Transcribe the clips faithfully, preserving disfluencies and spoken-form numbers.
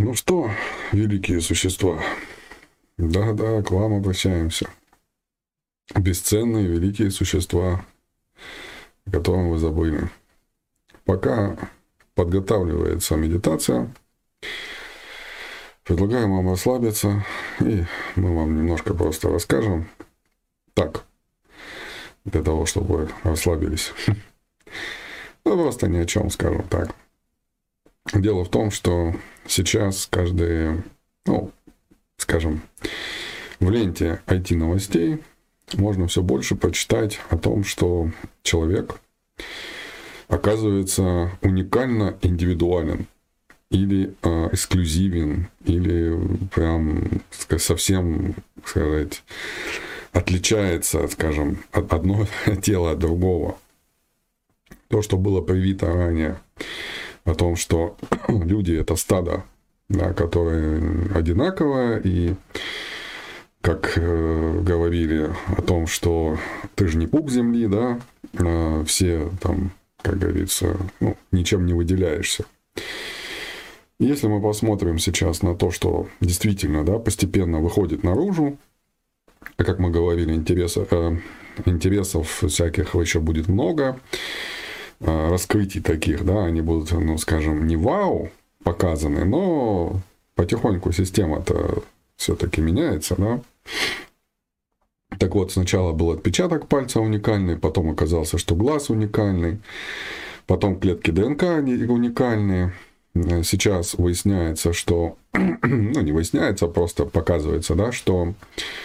Ну что, великие существа, да-да, к вам обращаемся. Бесценные великие существа, о котором вы забыли. Пока подготавливается медитация, предлагаем вам расслабиться, и мы вам немножко просто расскажем, так, для того, чтобы вы расслабились. Ну, просто ни о чем, скажем так. Дело в том, что сейчас каждый, ну, скажем, в ленте ай ти-новостей можно все больше прочитать о том, что человек оказывается уникально индивидуален или э, эксклюзивен, или прям совсем, сказать, отличается, скажем, от одно тело от другого. То, что было привито ранее, о том, что люди — это стадо, да, которое одинаковое, и как э, говорили о том, что ты же не пуп земли, да, э, все там, как говорится, ну, ничем не выделяешься. Если мы посмотрим сейчас на то, что действительно, да, постепенно выходит наружу, а как мы говорили, интересов, э, интересов всяких еще будет много, э, раскрытий таких, да, они будут, ну, скажем, не вау показаны, но потихоньку система-то все-таки меняется, да. Так вот, сначала был отпечаток пальца уникальный, потом оказалось, что глаз уникальный, потом клетки ДНК уникальные. Сейчас выясняется, что, ну, не выясняется, а просто показывается, да, что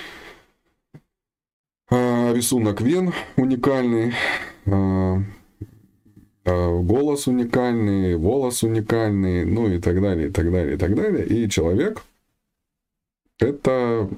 э, рисунок вен уникальный, э, э, голос уникальный, волос уникальный, ну и так далее, и так далее, и так далее. И человек — это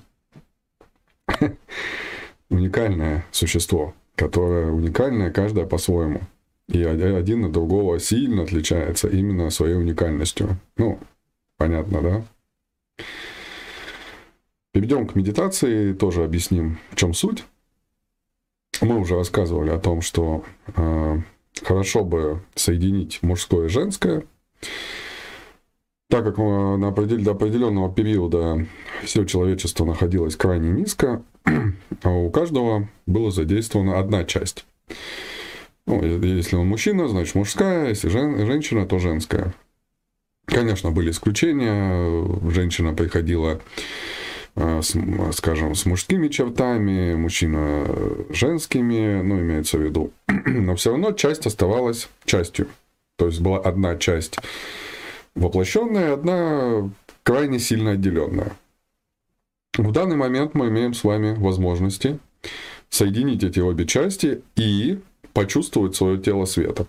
уникальное существо, которое уникальное каждое по-своему. И один от другого сильно отличается именно своей уникальностью. Ну, понятно, да? Перейдем к медитации, тоже объясним, в чем суть. Мы уже рассказывали о том, что э, хорошо бы соединить мужское и женское, так как на определ... до определенного периода все человечество находилось крайне низко, а у каждого была задействована одна часть. Ну, если он мужчина, значит мужская, если жен... женщина, то женская. Конечно, были исключения. Женщина приходила, с, скажем, с мужскими чертами, мужчина женскими, ну, имеется в виду. Но все равно часть оставалась частью. То есть была одна часть воплощенная, одна крайне сильно отделенная. В данный момент мы имеем с вами возможности соединить эти обе части и почувствовать свое тело света.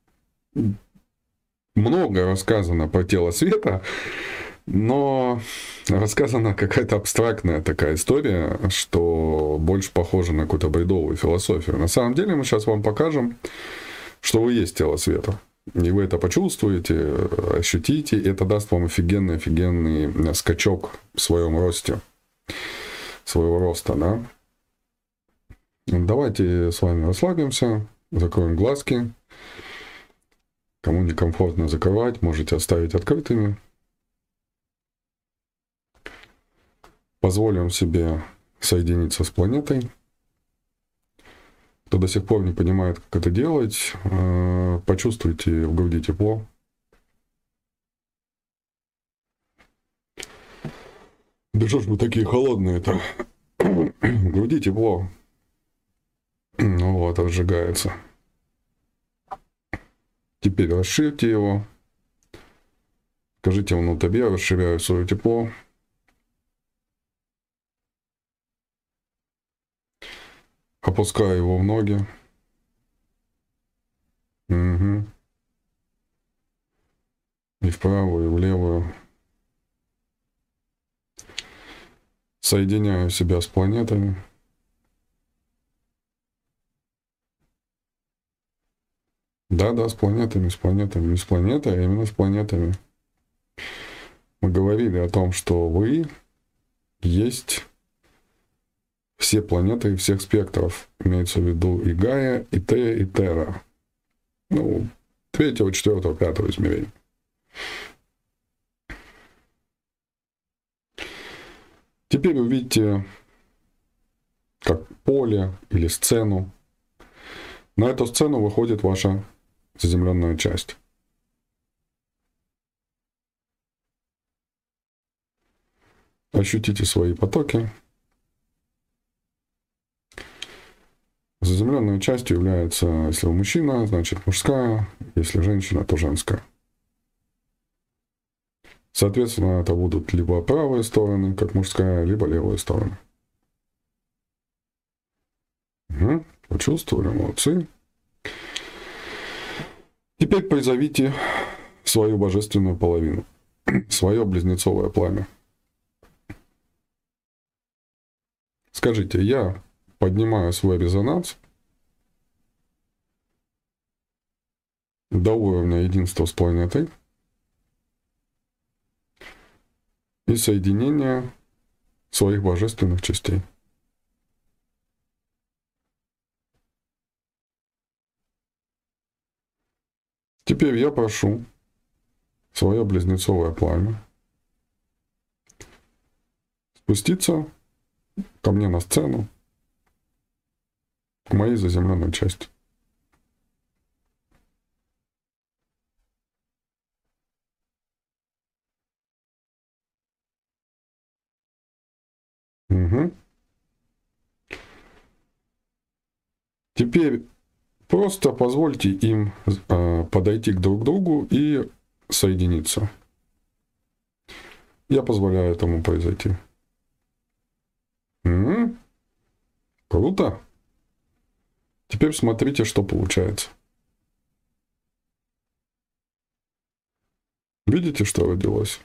Много рассказано про тело света, но рассказана какая-то абстрактная такая история, что больше похоже на какую-то бредовую философию. На самом деле мы сейчас вам покажем, что вы есть тело света. И вы это почувствуете, ощутите, и это даст вам офигенный-офигенный скачок в своем росте, своего роста, да. Давайте с вами расслабимся, закроем глазки. Кому некомфортно закрывать, можете оставить открытыми. Позволим себе соединиться с планетой. Кто до сих пор не понимает, как это делать, почувствуйте в груди тепло. Да что ж вы такие холодные-то? В груди тепло. Ну вот, разжигается. Теперь расширьте его. Скажите внутрь, я расширяю свое тепло. Опускаю его в ноги. Угу. И в правую, и в левую. Соединяю себя с планетами. Да-да, с планетами, с планетами. Не с планетой, а именно с планетами. Мы говорили о том, что вы есть все планеты всех спектров. Имеется в виду и Гая, и Тея, и Терра. Ну, третьего, четвертого, пятого измерения. Теперь увидите как поле или сцену. На эту сцену выходит ваша заземленная часть. Ощутите свои потоки. Заземленной частью является, если вы мужчина, значит мужская, если женщина, то женская. Соответственно, это будут либо правые стороны, как мужская, либо левые стороны. Угу. Почувствовали, молодцы. Теперь призовите свою божественную половину, свое близнецовое пламя. Скажите, я поднимаю свой резонанс до уровня единства с планетой и соединения своих божественных частей. Теперь я прошу свое близнецовое пламя спуститься ко мне на сцену, к моей заземленной части. Угу. Теперь просто позвольте им э, подойти к друг другу и соединиться. Я позволяю этому произойти. Угу. Круто. Теперь смотрите, что получается. Видите, что родилось?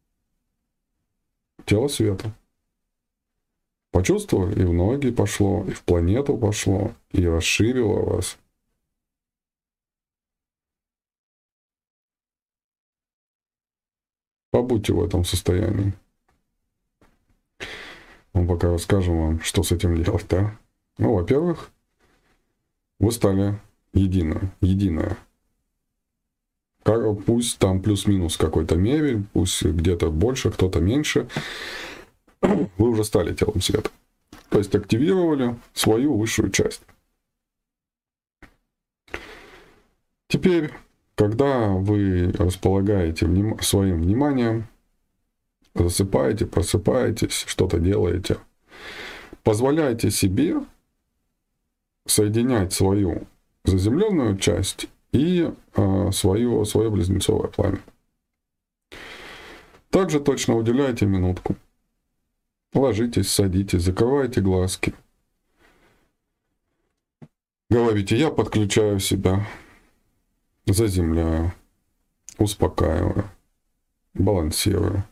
Тело света. Почувствовали? И в ноги пошло, и в планету пошло, и расширило вас. Побудьте в этом состоянии. Мы пока расскажем вам, что с этим делать, да? Ну, во-первых, вы стали единое, единое. Как, пусть там плюс-минус в какой-то мере, пусть где-то больше, кто-то меньше, вы уже стали телом света. То есть активировали свою высшую часть. Теперь, когда вы располагаете вним... своим вниманием, засыпаете, просыпаетесь, что-то делаете, позволяйте себе соединять свою заземленную часть и э, свое, свое близнецовое пламя. Также точно уделяйте минутку. Ложитесь, садитесь, закрывайте глазки. Говорите, я подключаю себя, заземляю, успокаиваю, балансирую.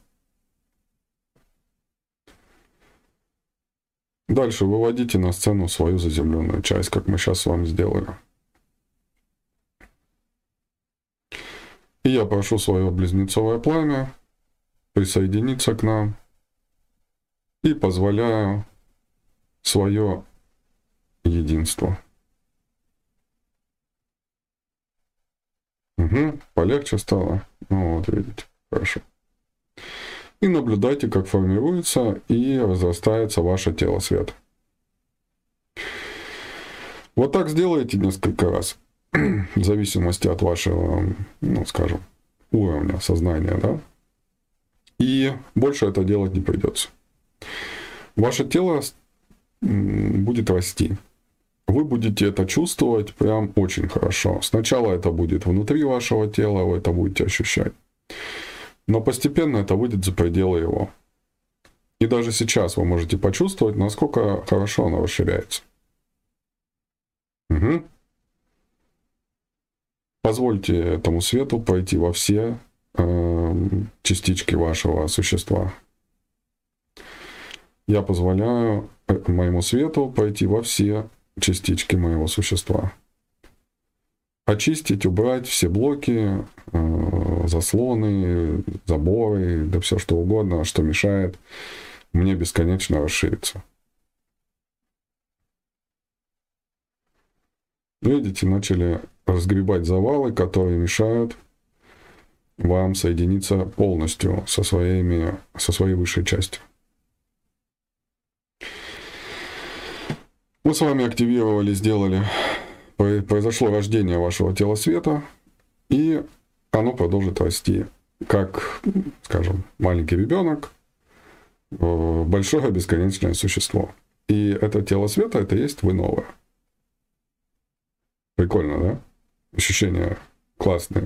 Дальше выводите на сцену свою заземленную часть, как мы сейчас с вами сделали. И я прошу свое близнецовое пламя присоединиться к нам и позволяю свое единство. Угу, полегче стало. Ну вот, видите, хорошо. И наблюдайте, как формируется и разрастается ваше тело света. Вот так сделайте несколько раз, в зависимости от вашего, ну, скажем, уровня сознания, да? И больше это делать не придется. Ваше тело будет расти. Вы будете это чувствовать прям очень хорошо. Сначала это будет внутри вашего тела, вы это будете ощущать. Но постепенно это выйдет за пределы его. И даже сейчас вы можете почувствовать, насколько хорошо оно расширяется. Угу. Позвольте этому свету пройти во все э, частички вашего существа. Я позволяю моему свету пройти во все частички моего существа. Очистить, убрать все блоки, э, заслоны, заборы, да все что угодно, что мешает мне бесконечно расшириться. Видите, начали разгребать завалы, которые мешают вам соединиться полностью со, своими, со своей высшей частью. Мы с вами активировали, сделали, произошло рождение вашего тела света, и оно продолжит расти, как, скажем, маленький ребенок, большое бесконечное существо. И это тело света, это есть вы новое. Прикольно, да? Ощущения классные.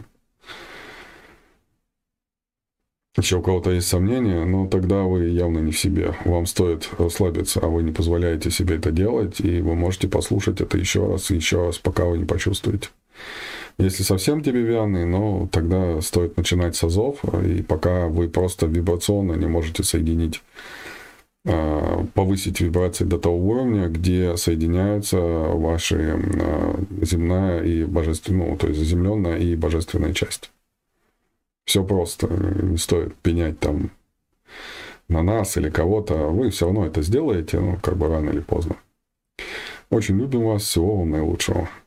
Если у кого-то есть сомнения, но тогда вы явно не в себе. Вам стоит расслабиться, а вы не позволяете себе это делать, и вы можете послушать это еще раз и еще раз, пока вы не почувствуете. Если совсем деревянный, ну, тогда стоит начинать с азов, и пока вы просто вибрационно не можете соединить, повысить вибрации до того уровня, где соединяются ваши земная и божественная, ну, то есть заземленная и божественная часть. Все просто, не стоит пенять там на нас или кого-то, вы все равно это сделаете, ну, как бы рано или поздно. Очень любим вас, всего вам наилучшего.